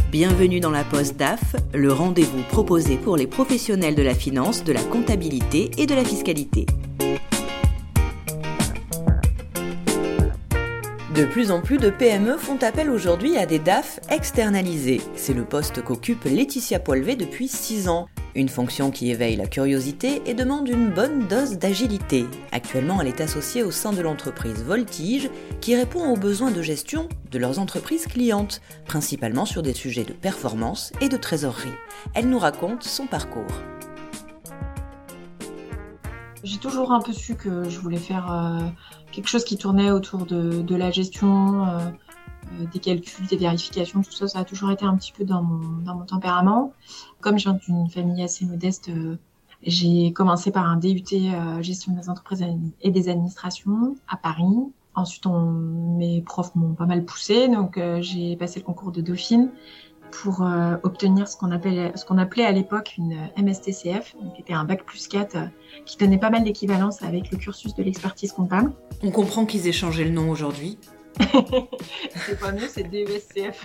Bienvenue dans la Pause DAF, le rendez-vous proposé pour les professionnels de la finance, de la comptabilité et de la fiscalité. De plus en plus de PME font appel aujourd'hui à des DAF externalisés. C'est le poste qu'occupe Laetitia Poilvé depuis 6 ans. Une fonction qui éveille la curiosité et demande une bonne dose d'agilité. Actuellement, elle est associée au sein de l'entreprise Voltige, qui répond aux besoins de gestion de leurs entreprises clientes, principalement sur des sujets de performance et de trésorerie. Elle nous raconte son parcours. J'ai toujours un peu su que je voulais faire quelque chose qui tournait autour de la gestion, des calculs, des vérifications, tout ça, ça a toujours été un petit peu dans mon tempérament. Comme je viens d'une famille assez modeste, j'ai commencé par un DUT gestion des entreprises et des administrations à Paris. Ensuite, mes profs m'ont pas mal poussé, donc j'ai passé le concours de Dauphine pour obtenir ce qu'on appelait à l'époque une MSTCF, qui était un bac plus 4, qui donnait pas mal d'équivalence avec le cursus de l'expertise comptable. On comprend qu'ils aient changé le nom aujourd'hui. C'est pas mieux, c'est DESCF.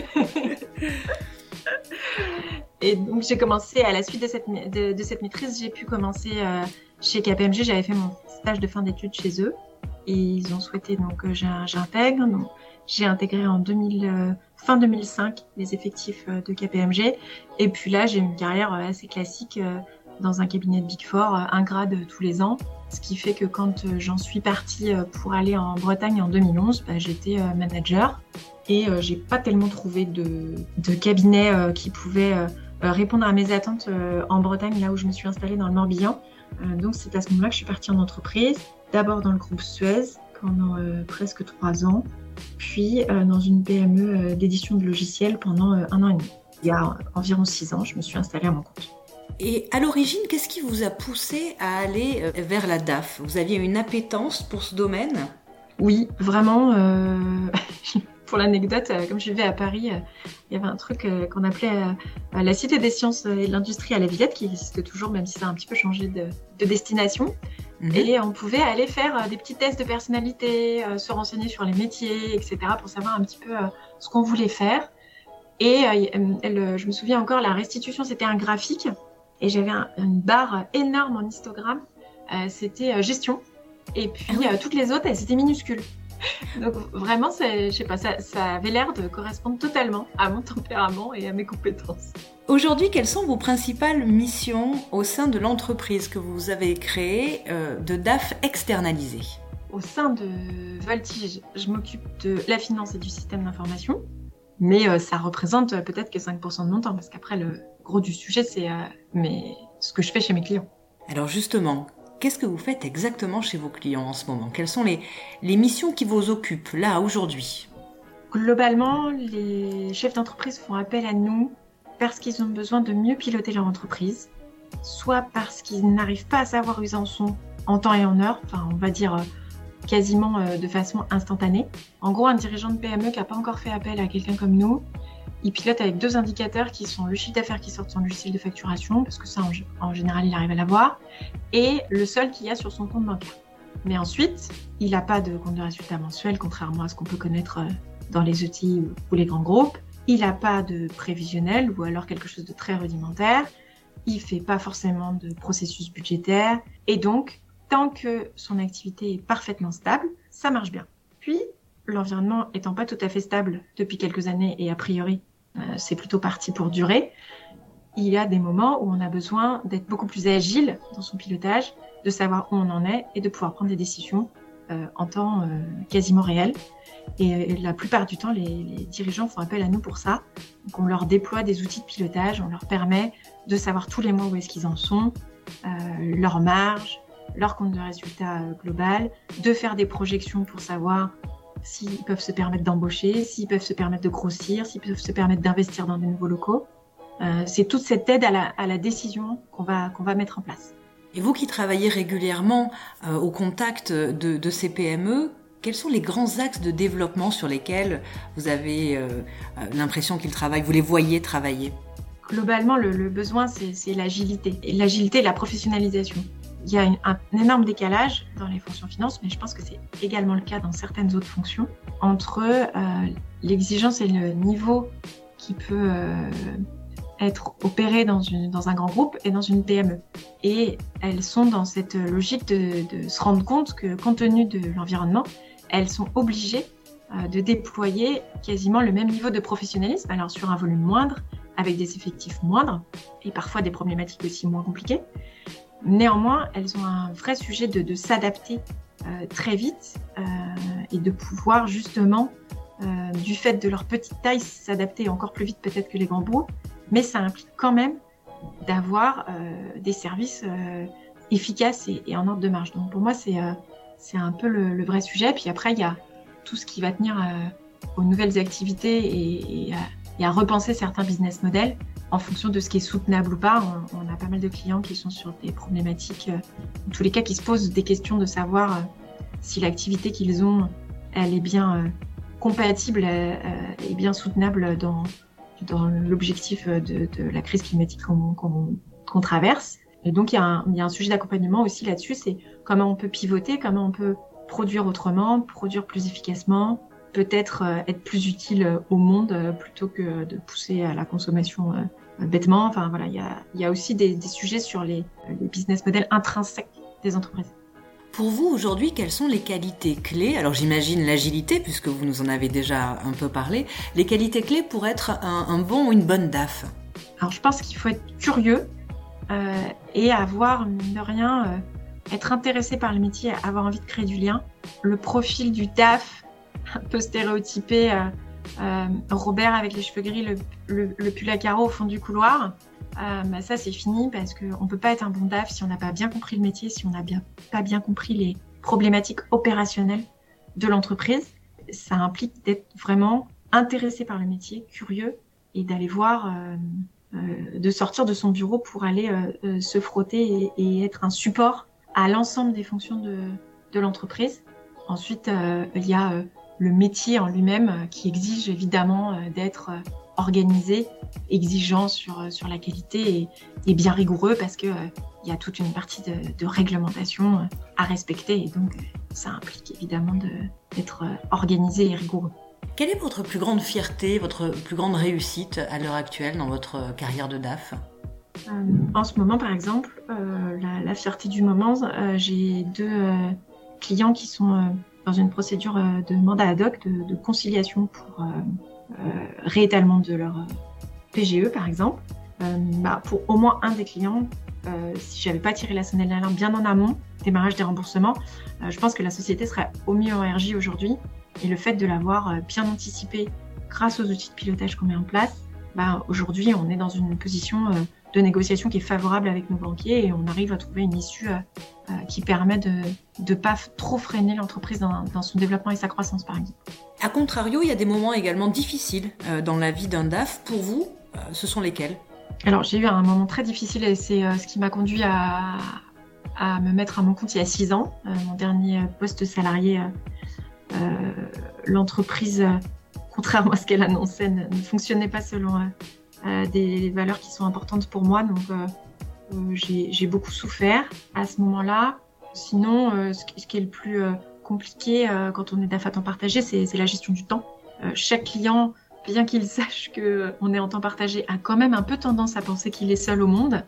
Et donc j'ai commencé, à la suite de cette maîtrise, j'ai pu commencer chez KPMG. J'avais fait mon stage de fin d'études chez eux et ils ont souhaité donc j'intègre. Donc, j'ai intégré en fin 2005 les effectifs de KPMG. Et puis là, j'ai une carrière assez classique dans un cabinet de Big Four, un grade tous les ans. Ce qui fait que quand j'en suis partie pour aller en Bretagne en 2011, j'étais manager. Et j'ai pas tellement trouvé de cabinet qui pouvait répondre à mes attentes en Bretagne, là où je me suis installée dans le Morbihan. Donc c'est à ce moment-là que je suis partie en entreprise. D'abord dans le groupe Suez pendant presque 3 ans. Puis dans une PME d'édition de logiciels pendant 1 an et demi. Il y a environ 6 ans, je me suis installée à mon compte. Et à l'origine, qu'est-ce qui vous a poussé à aller vers la DAF ? Vous aviez une appétence pour ce domaine ? Oui, vraiment. Pour l'anecdote, comme je vivais à Paris, il y avait un truc qu'on appelait la Cité des sciences et de l'industrie à la Villette, qui existe toujours, même si ça a un petit peu changé de destination. Et on pouvait aller faire des petits tests de personnalité, se renseigner sur les métiers, etc., pour savoir un petit peu ce qu'on voulait faire. Et je me souviens encore, la restitution, c'était un graphique. Et j'avais une barre énorme en histogramme. C'était gestion. Et puis, toutes les autres, elles étaient minuscules. Donc, vraiment, je sais pas, ça avait l'air de correspondre totalement à mon tempérament et à mes compétences. Aujourd'hui, quelles sont vos principales missions au sein de l'entreprise que vous avez créée de DAF externalisée ? Au sein de Voltige, je m'occupe de la finance et du système d'information. Mais ça représente peut-être que 5% de mon temps, parce qu'après, le gros du sujet, c'est ce que je fais chez mes clients. Alors justement, qu'est-ce que vous faites exactement chez vos clients en ce moment ? Quelles sont les missions qui vous occupent, là, aujourd'hui ? Globalement, les chefs d'entreprise font appel à nous parce qu'ils ont besoin de mieux piloter leur entreprise, soit parce qu'ils n'arrivent pas à savoir où ils en sont en temps et en heure, enfin, on va dire quasiment de façon instantanée. En gros, un dirigeant de PME qui n'a pas encore fait appel à quelqu'un comme nous, il pilote avec 2 indicateurs qui sont le chiffre d'affaires qui sort de son logiciel de facturation, parce que ça, en général, il arrive à l'avoir, et le solde qu'il y a sur son compte bancaire. Mais ensuite, il n'a pas de compte de résultat mensuel, contrairement à ce qu'on peut connaître dans les ETI ou les grands groupes. Il n'a pas de prévisionnel, ou alors quelque chose de très rudimentaire. Il ne fait pas forcément de processus budgétaire. Et donc, tant que son activité est parfaitement stable, ça marche bien. Puis, l'environnement étant pas tout à fait stable depuis quelques années, et a priori, c'est plutôt parti pour durer, il y a des moments où on a besoin d'être beaucoup plus agile dans son pilotage, de savoir où on en est et de pouvoir prendre des décisions en temps quasiment réel. Et la plupart du temps, les dirigeants font appel à nous pour ça. Donc on leur déploie des outils de pilotage, on leur permet de savoir tous les mois où est-ce qu'ils en sont, leur marge, leur compte de résultat global, de faire des projections pour savoir s'ils peuvent se permettre d'embaucher, s'ils peuvent se permettre de grossir, s'ils peuvent se permettre d'investir dans des nouveaux locaux. C'est toute cette aide à la décision qu'on va mettre en place. Et vous qui travaillez régulièrement au contact de ces PME, quels sont les grands axes de développement sur lesquels vous avez l'impression qu'ils travaillent, vous les voyez travailler ? Globalement, le besoin, c'est l'agilité. Et l'agilité et la professionnalisation. Il y a un énorme décalage dans les fonctions finance, mais je pense que c'est également le cas dans certaines autres fonctions, entre l'exigence et le niveau qui peut être opérée dans un grand groupe et dans une PME. Et elles sont dans cette logique de se rendre compte que, compte tenu de l'environnement, elles sont obligées de déployer quasiment le même niveau de professionnalisme, alors sur un volume moindre, avec des effectifs moindres, et parfois des problématiques aussi moins compliquées. Néanmoins, elles ont un vrai sujet de s'adapter très vite et de pouvoir justement, du fait de leur petite taille, s'adapter encore plus vite peut-être que les grands groupes, mais ça implique quand même d'avoir des services efficaces et en ordre de marche. Donc pour moi, c'est un peu le vrai sujet. Puis après, il y a tout ce qui va tenir aux nouvelles activités et à repenser certains business models en fonction de ce qui est soutenable ou pas. On a pas mal de clients qui sont sur des problématiques, en tous les cas, qui se posent des questions de savoir si l'activité qu'ils ont, elle est bien compatible et bien soutenable dans l'objectif de la crise climatique qu'on traverse. Et donc, il y a un sujet d'accompagnement aussi là-dessus, c'est comment on peut pivoter, comment on peut produire autrement, produire plus efficacement, peut-être être plus utile au monde plutôt que de pousser à la consommation bêtement. Enfin, voilà, il y a aussi des sujets sur les business models intrinsèques des entreprises. Pour vous, aujourd'hui, quelles sont les qualités clés? Alors j'imagine l'agilité, puisque vous nous en avez déjà un peu parlé. Les qualités clés pour être un bon ou une bonne DAF? Alors je pense qu'il faut être curieux et avoir, mine de rien, être intéressé par le métier, avoir envie de créer du lien. Le profil du DAF, un peu stéréotypé, Robert avec les cheveux gris, le pull à carreaux au fond du couloir, ça c'est fini parce qu'on ne peut pas être un bon DAF si on n'a pas bien compris le métier, si on n'a pas bien compris les problématiques opérationnelles de l'entreprise. Ça implique d'être vraiment intéressé par le métier, curieux, et d'aller voir, de sortir de son bureau pour aller se frotter et être un support à l'ensemble des fonctions de l'entreprise. Ensuite, il y a le métier en lui-même qui exige évidemment d'être organisé, exigeant sur la qualité et bien rigoureux parce que il y a toute une partie de réglementation à respecter et donc ça implique évidemment d'être organisé et rigoureux. Quelle est votre plus grande fierté, votre plus grande réussite à l'heure actuelle dans votre carrière de DAF ? En ce moment, par exemple, la fierté du moment, j'ai 2 clients qui sont dans une procédure de mandat ad hoc, de conciliation pour réétalement de leur PGE, par exemple. Pour au moins un des clients, si j'avais pas tiré la sonnette d'alarme bien en amont, démarrage des remboursements, je pense que la société serait au mieux en RJ aujourd'hui. Et le fait de l'avoir bien anticipé grâce aux outils de pilotage qu'on met en place, aujourd'hui, on est dans une position de négociation qui est favorable avec nos banquiers et on arrive à trouver une issue qui permet de ne pas trop freiner l'entreprise dans son développement et sa croissance, par exemple. A contrario, il y a des moments également difficiles dans la vie d'un DAF. Pour vous, ce sont lesquels ? Alors, j'ai eu un moment très difficile et c'est ce qui m'a conduit à me mettre à mon compte il y a 6 ans. Mon dernier poste salarié, l'entreprise, contrairement à ce qu'elle annonçait, ne fonctionnait pas selon des valeurs qui sont importantes pour moi. Donc, j'ai beaucoup souffert à ce moment-là. Sinon, ce qui est le plus compliqué quand on est DAF à temps partagé, c'est la gestion du temps. Chaque client, bien qu'il sache qu'on est en temps partagé, a quand même un peu tendance à penser qu'il est seul au monde.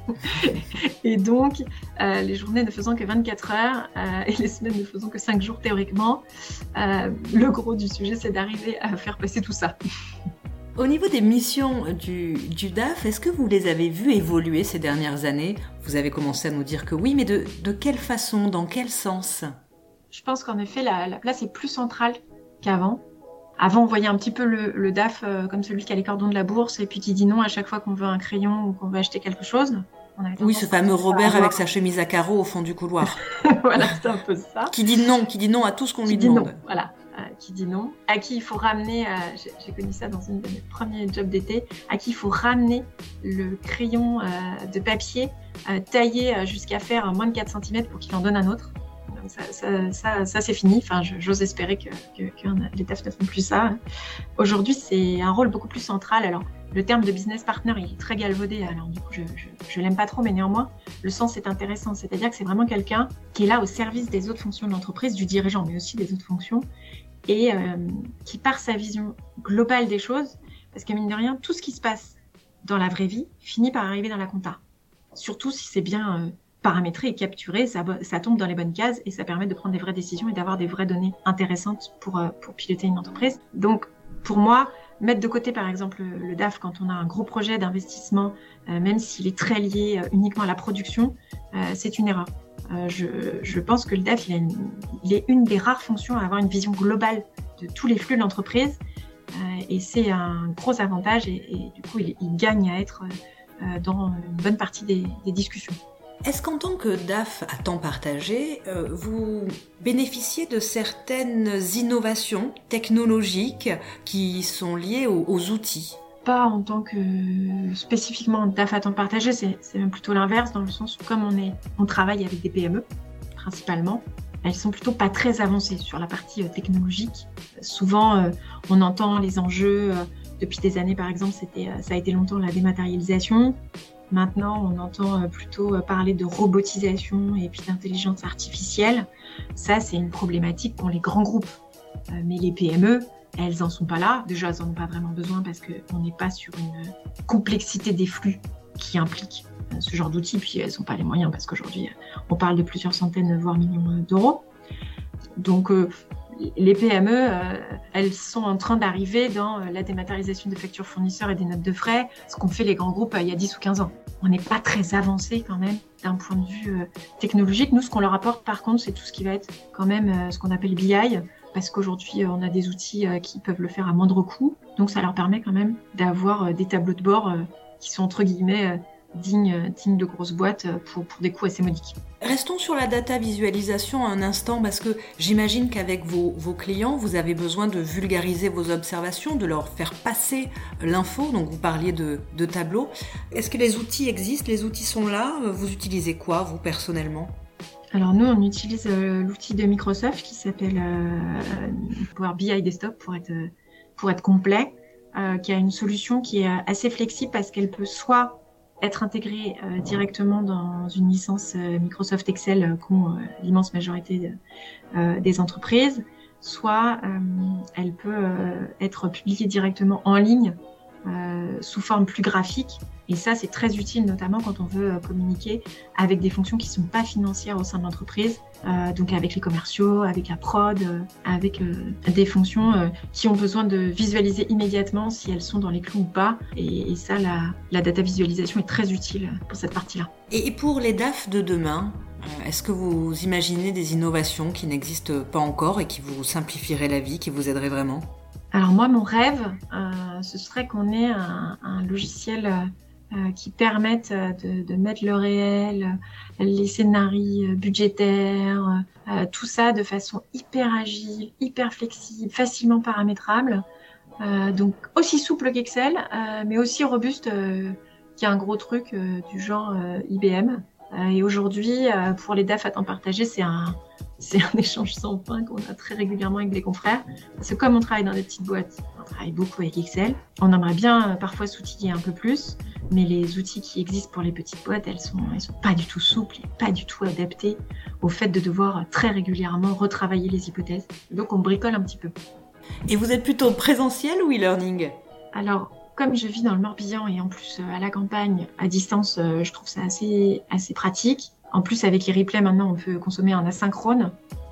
Et donc, les journées ne faisant que 24 heures et les semaines ne faisant que 5 jours théoriquement, le gros du sujet, c'est d'arriver à faire passer tout ça. Au niveau des missions du DAF, est-ce que vous les avez vues évoluer ces dernières années ? Vous avez commencé à nous dire que oui, mais de quelle façon, dans quel sens ? Je pense qu'en effet, la place est plus centrale qu'avant. Avant, on voyait un petit peu le DAF comme celui qui a les cordons de la bourse et puis qui dit non à chaque fois qu'on veut un crayon ou qu'on veut acheter quelque chose. Oui, ce fameux Robert avec sa chemise à carreaux au fond du couloir. Voilà, c'est un peu ça. Qui dit non à tout ce qu'on lui demande. Non, voilà. Qui dit non, à qui il faut ramener, j'ai connu ça dans une de mes premiers jobs d'été, à qui il faut ramener le crayon de papier taillé jusqu'à faire moins de 4 cm pour qu'il en donne un autre. Donc ça c'est fini. Enfin, j'ose espérer que les DAF ne font plus ça. Aujourd'hui, c'est un rôle beaucoup plus central. Alors, le terme de business partner, il est très galvaudé. Alors, du coup, je l'aime pas trop, mais néanmoins, le sens est intéressant. C'est-à-dire que c'est vraiment quelqu'un qui est là au service des autres fonctions de l'entreprise, du dirigeant, mais aussi des autres fonctions, et qui, par sa vision globale des choses, Parce que mine de rien, tout ce qui se passe dans la vraie vie finit par arriver dans la compta. Surtout si c'est bien paramétré et capturé, ça tombe dans les bonnes cases et ça permet de prendre des vraies décisions et d'avoir des vraies données intéressantes pour piloter une entreprise. Donc, pour moi, mettre de côté, par exemple, le DAF quand on a un gros projet d'investissement, même s'il est très lié uniquement à la production, c'est une erreur. Je pense que le DAF, il est une des rares fonctions à avoir une vision globale de tous les flux de l'entreprise et c'est un gros avantage et du coup, il gagne à être dans une bonne partie des discussions. Est-ce qu'en tant que DAF à temps partagé, vous bénéficiez de certaines innovations technologiques qui sont liées aux outils ? Pas en tant que spécifiquement DAF à temps partagé, c'est même plutôt l'inverse, dans le sens où comme on travaille avec des PME, principalement, elles sont plutôt pas très avancées sur la partie technologique. Souvent, on entend les enjeux, depuis des années par exemple, ça a été longtemps la dématérialisation. Maintenant, on entend plutôt parler de robotisation et puis d'intelligence artificielle. Ça, c'est une problématique qu'ont les grands groupes. Mais les PME, elles n'en sont pas là. Déjà, elles n'en ont pas vraiment besoin parce qu'on n'est pas sur une complexité des flux qui implique ce genre d'outils. Puis, elles n'ont pas les moyens parce qu'aujourd'hui, on parle de plusieurs centaines, voire millions d'euros. Donc, les PME, elles sont en train d'arriver dans la dématérialisation des factures fournisseurs et des notes de frais, ce qu'ont fait les grands groupes il y a 10 ou 15 ans. On n'est pas très avancé quand même d'un point de vue technologique. Nous, ce qu'on leur apporte par contre, c'est tout ce qui va être quand même ce qu'on appelle BI, parce qu'aujourd'hui, on a des outils qui peuvent le faire à moindre coût. Donc, ça leur permet quand même d'avoir des tableaux de bord qui sont entre guillemets dignes de grosses boîtes pour des coûts assez modiques. Restons sur la data visualisation un instant parce que j'imagine qu'avec vos clients, vous avez besoin de vulgariser vos observations, de leur faire passer l'info. Donc vous parliez de tableaux. Est-ce que les outils existent ? Les outils sont là ? Vous utilisez quoi, vous, personnellement ? Alors nous, on utilise l'outil de Microsoft qui s'appelle Power BI Desktop pour être complet, qui a une solution qui est assez flexible parce qu'elle peut soit être intégrée directement dans une licence Microsoft Excel qu'ont l'immense majorité des entreprises, soit elle peut être publiée directement en ligne sous forme plus graphique. Et ça, c'est très utile, notamment quand on veut communiquer avec des fonctions qui ne sont pas financières au sein de l'entreprise, donc avec les commerciaux, avec la prod, avec des fonctions qui ont besoin de visualiser immédiatement si elles sont dans les clous ou pas. Et ça, la data visualisation est très utile pour cette partie-là. Et pour les DAF de demain, est-ce que vous imaginez des innovations qui n'existent pas encore et qui vous simplifieraient la vie, qui vous aideraient vraiment ? Alors moi, mon rêve, ce serait qu'on ait un logiciel qui permette de mettre le réel, les scénarios budgétaires, tout ça de façon hyper agile, hyper flexible, facilement paramétrable. Donc aussi souple qu'Excel, mais aussi robuste qu'il y a un gros truc du genre IBM. Et aujourd'hui, pour les DAF à temps partagé, c'est un échange sans fin qu'on a très régulièrement avec des confrères. Parce que comme on travaille dans des petites boîtes, on travaille beaucoup avec Excel. On aimerait bien parfois s'outiller un peu plus, mais les outils qui existent pour les petites boîtes, elles sont pas du tout souples et pas du tout adaptés au fait de devoir très régulièrement retravailler les hypothèses. Donc on bricole un petit peu. Et vous êtes plutôt présentiel ou e-learning ? Alors, comme je vis dans le Morbihan et en plus à la campagne, à distance, je trouve ça assez pratique. En plus, avec les replays, maintenant, on peut consommer en asynchrone.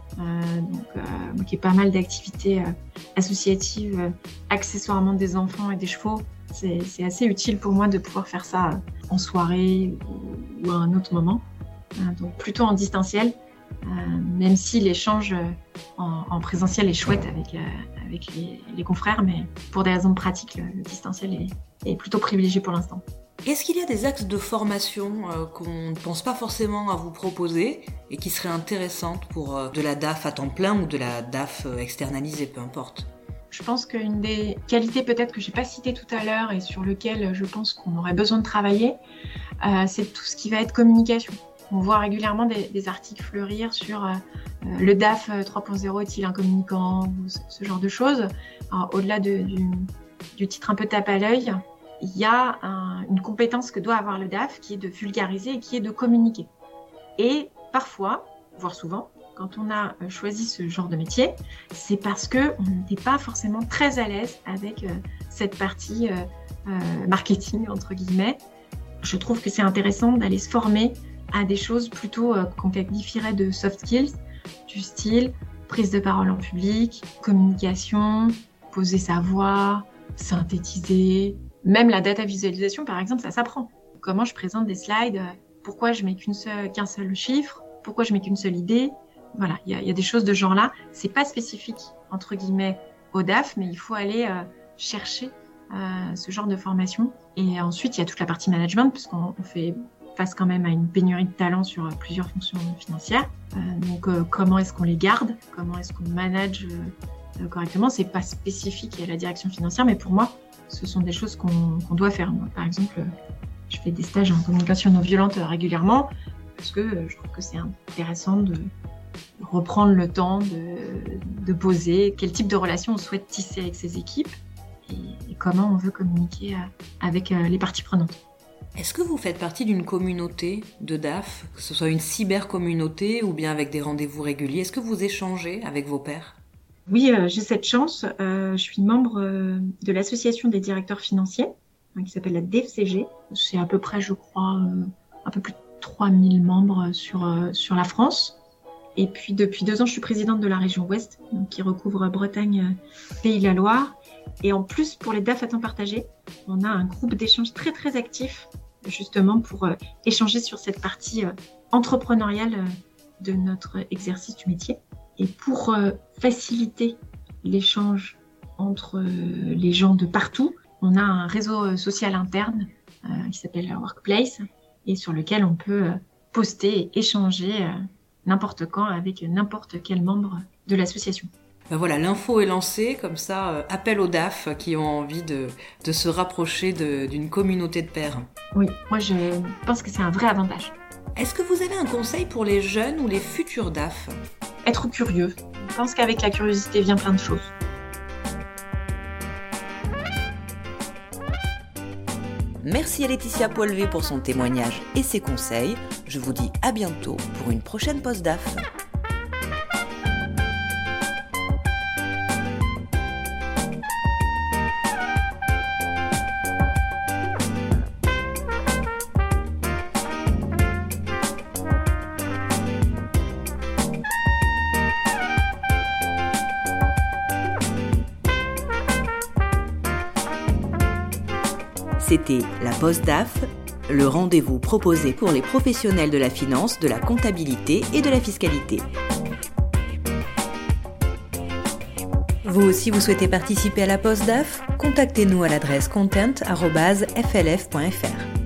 Donc, il y a pas mal d'activités associatives, accessoirement des enfants et des chevaux. C'est assez utile pour moi de pouvoir faire ça en soirée ou à un autre moment. Donc, plutôt en distanciel, même si l'échange en présentiel est chouette avec les confrères, mais pour des raisons pratiques, le distanciel est plutôt privilégié pour l'instant. Est-ce qu'il y a des axes de formation qu'on ne pense pas forcément à vous proposer et qui seraient intéressantes pour de la DAF à temps plein ou de la DAF externalisée, peu importe ? Je pense qu'une des qualités peut-être que je n'ai pas citées tout à l'heure et sur lequel je pense qu'on aurait besoin de travailler, c'est tout ce qui va être communication. On voit régulièrement des articles fleurir sur le DAF 3.0 est-il un communicant ou ce genre de choses. Alors, au-delà du titre un peu tape à l'œil, il y a une compétence que doit avoir le DAF qui est de vulgariser et qui est de communiquer. Et parfois, voire souvent, quand on a choisi ce genre de métier, c'est parce qu'on n'était pas forcément très à l'aise avec cette partie marketing, entre guillemets. Je trouve que c'est intéressant d'aller se former à des choses plutôt qu'on qualifierait de soft skills, du style prise de parole en public, communication, poser sa voix, synthétiser. Même la data visualisation, par exemple, ça s'apprend. Comment je présente des slides, pourquoi je mets qu'un seul chiffre, pourquoi je mets qu'une seule idée. Voilà, il y a des choses de ce genre-là. C'est pas spécifique, entre guillemets, au DAF, mais il faut aller chercher ce genre de formation. Et ensuite, il y a toute la partie management, puisqu'on fait face quand même à une pénurie de talents sur plusieurs fonctions financières. Donc, comment est-ce qu'on les garde? Comment est-ce qu'on manage correctement? C'est pas spécifique à la direction financière, mais pour moi, ce sont des choses qu'on doit faire. Moi, par exemple, je fais des stages en communication non violente régulièrement, parce que je trouve que c'est intéressant de reprendre le temps de poser quel type de relation on souhaite tisser avec ses équipes et comment on veut communiquer avec les parties prenantes. Est-ce que vous faites partie d'une communauté de DAF, que ce soit une cyber-communauté ou bien avec des rendez-vous réguliers? Est-ce que vous échangez avec vos pairs? Oui, j'ai cette chance. Je suis membre de l'association des directeurs financiers, qui s'appelle la DFCG. C'est à peu près, je crois, un peu plus de 3000 membres sur la France. Et puis, depuis 2 ans, je suis présidente de la région Ouest, donc, qui recouvre Bretagne, Pays de la Loire. Et en plus, pour les DAF à temps partagé, on a un groupe d'échange très, très actif, justement pour échanger sur cette partie entrepreneuriale de notre exercice du métier. Et pour faciliter l'échange entre les gens de partout, on a un réseau social interne qui s'appelle Workplace et sur lequel on peut poster et échanger n'importe quand avec n'importe quel membre de l'association. Ben voilà, l'info est lancée, comme ça, appel aux DAF qui ont envie de se rapprocher d'une communauté de pairs. Oui, moi je pense que c'est un vrai avantage. Est-ce que vous avez un conseil pour les jeunes ou les futurs DAF? Être curieux. Je pense qu'avec la curiosité vient plein de choses. Merci à Laetitia Poilvé pour son témoignage et ses conseils. Je vous dis à bientôt pour une prochaine pause DAF. C'était la Pause DAF, le rendez-vous proposé pour les professionnels de la finance, de la comptabilité et de la fiscalité. Vous aussi, vous souhaitez participer à la Pause DAF? Contactez-nous à l'adresse content@flf.fr.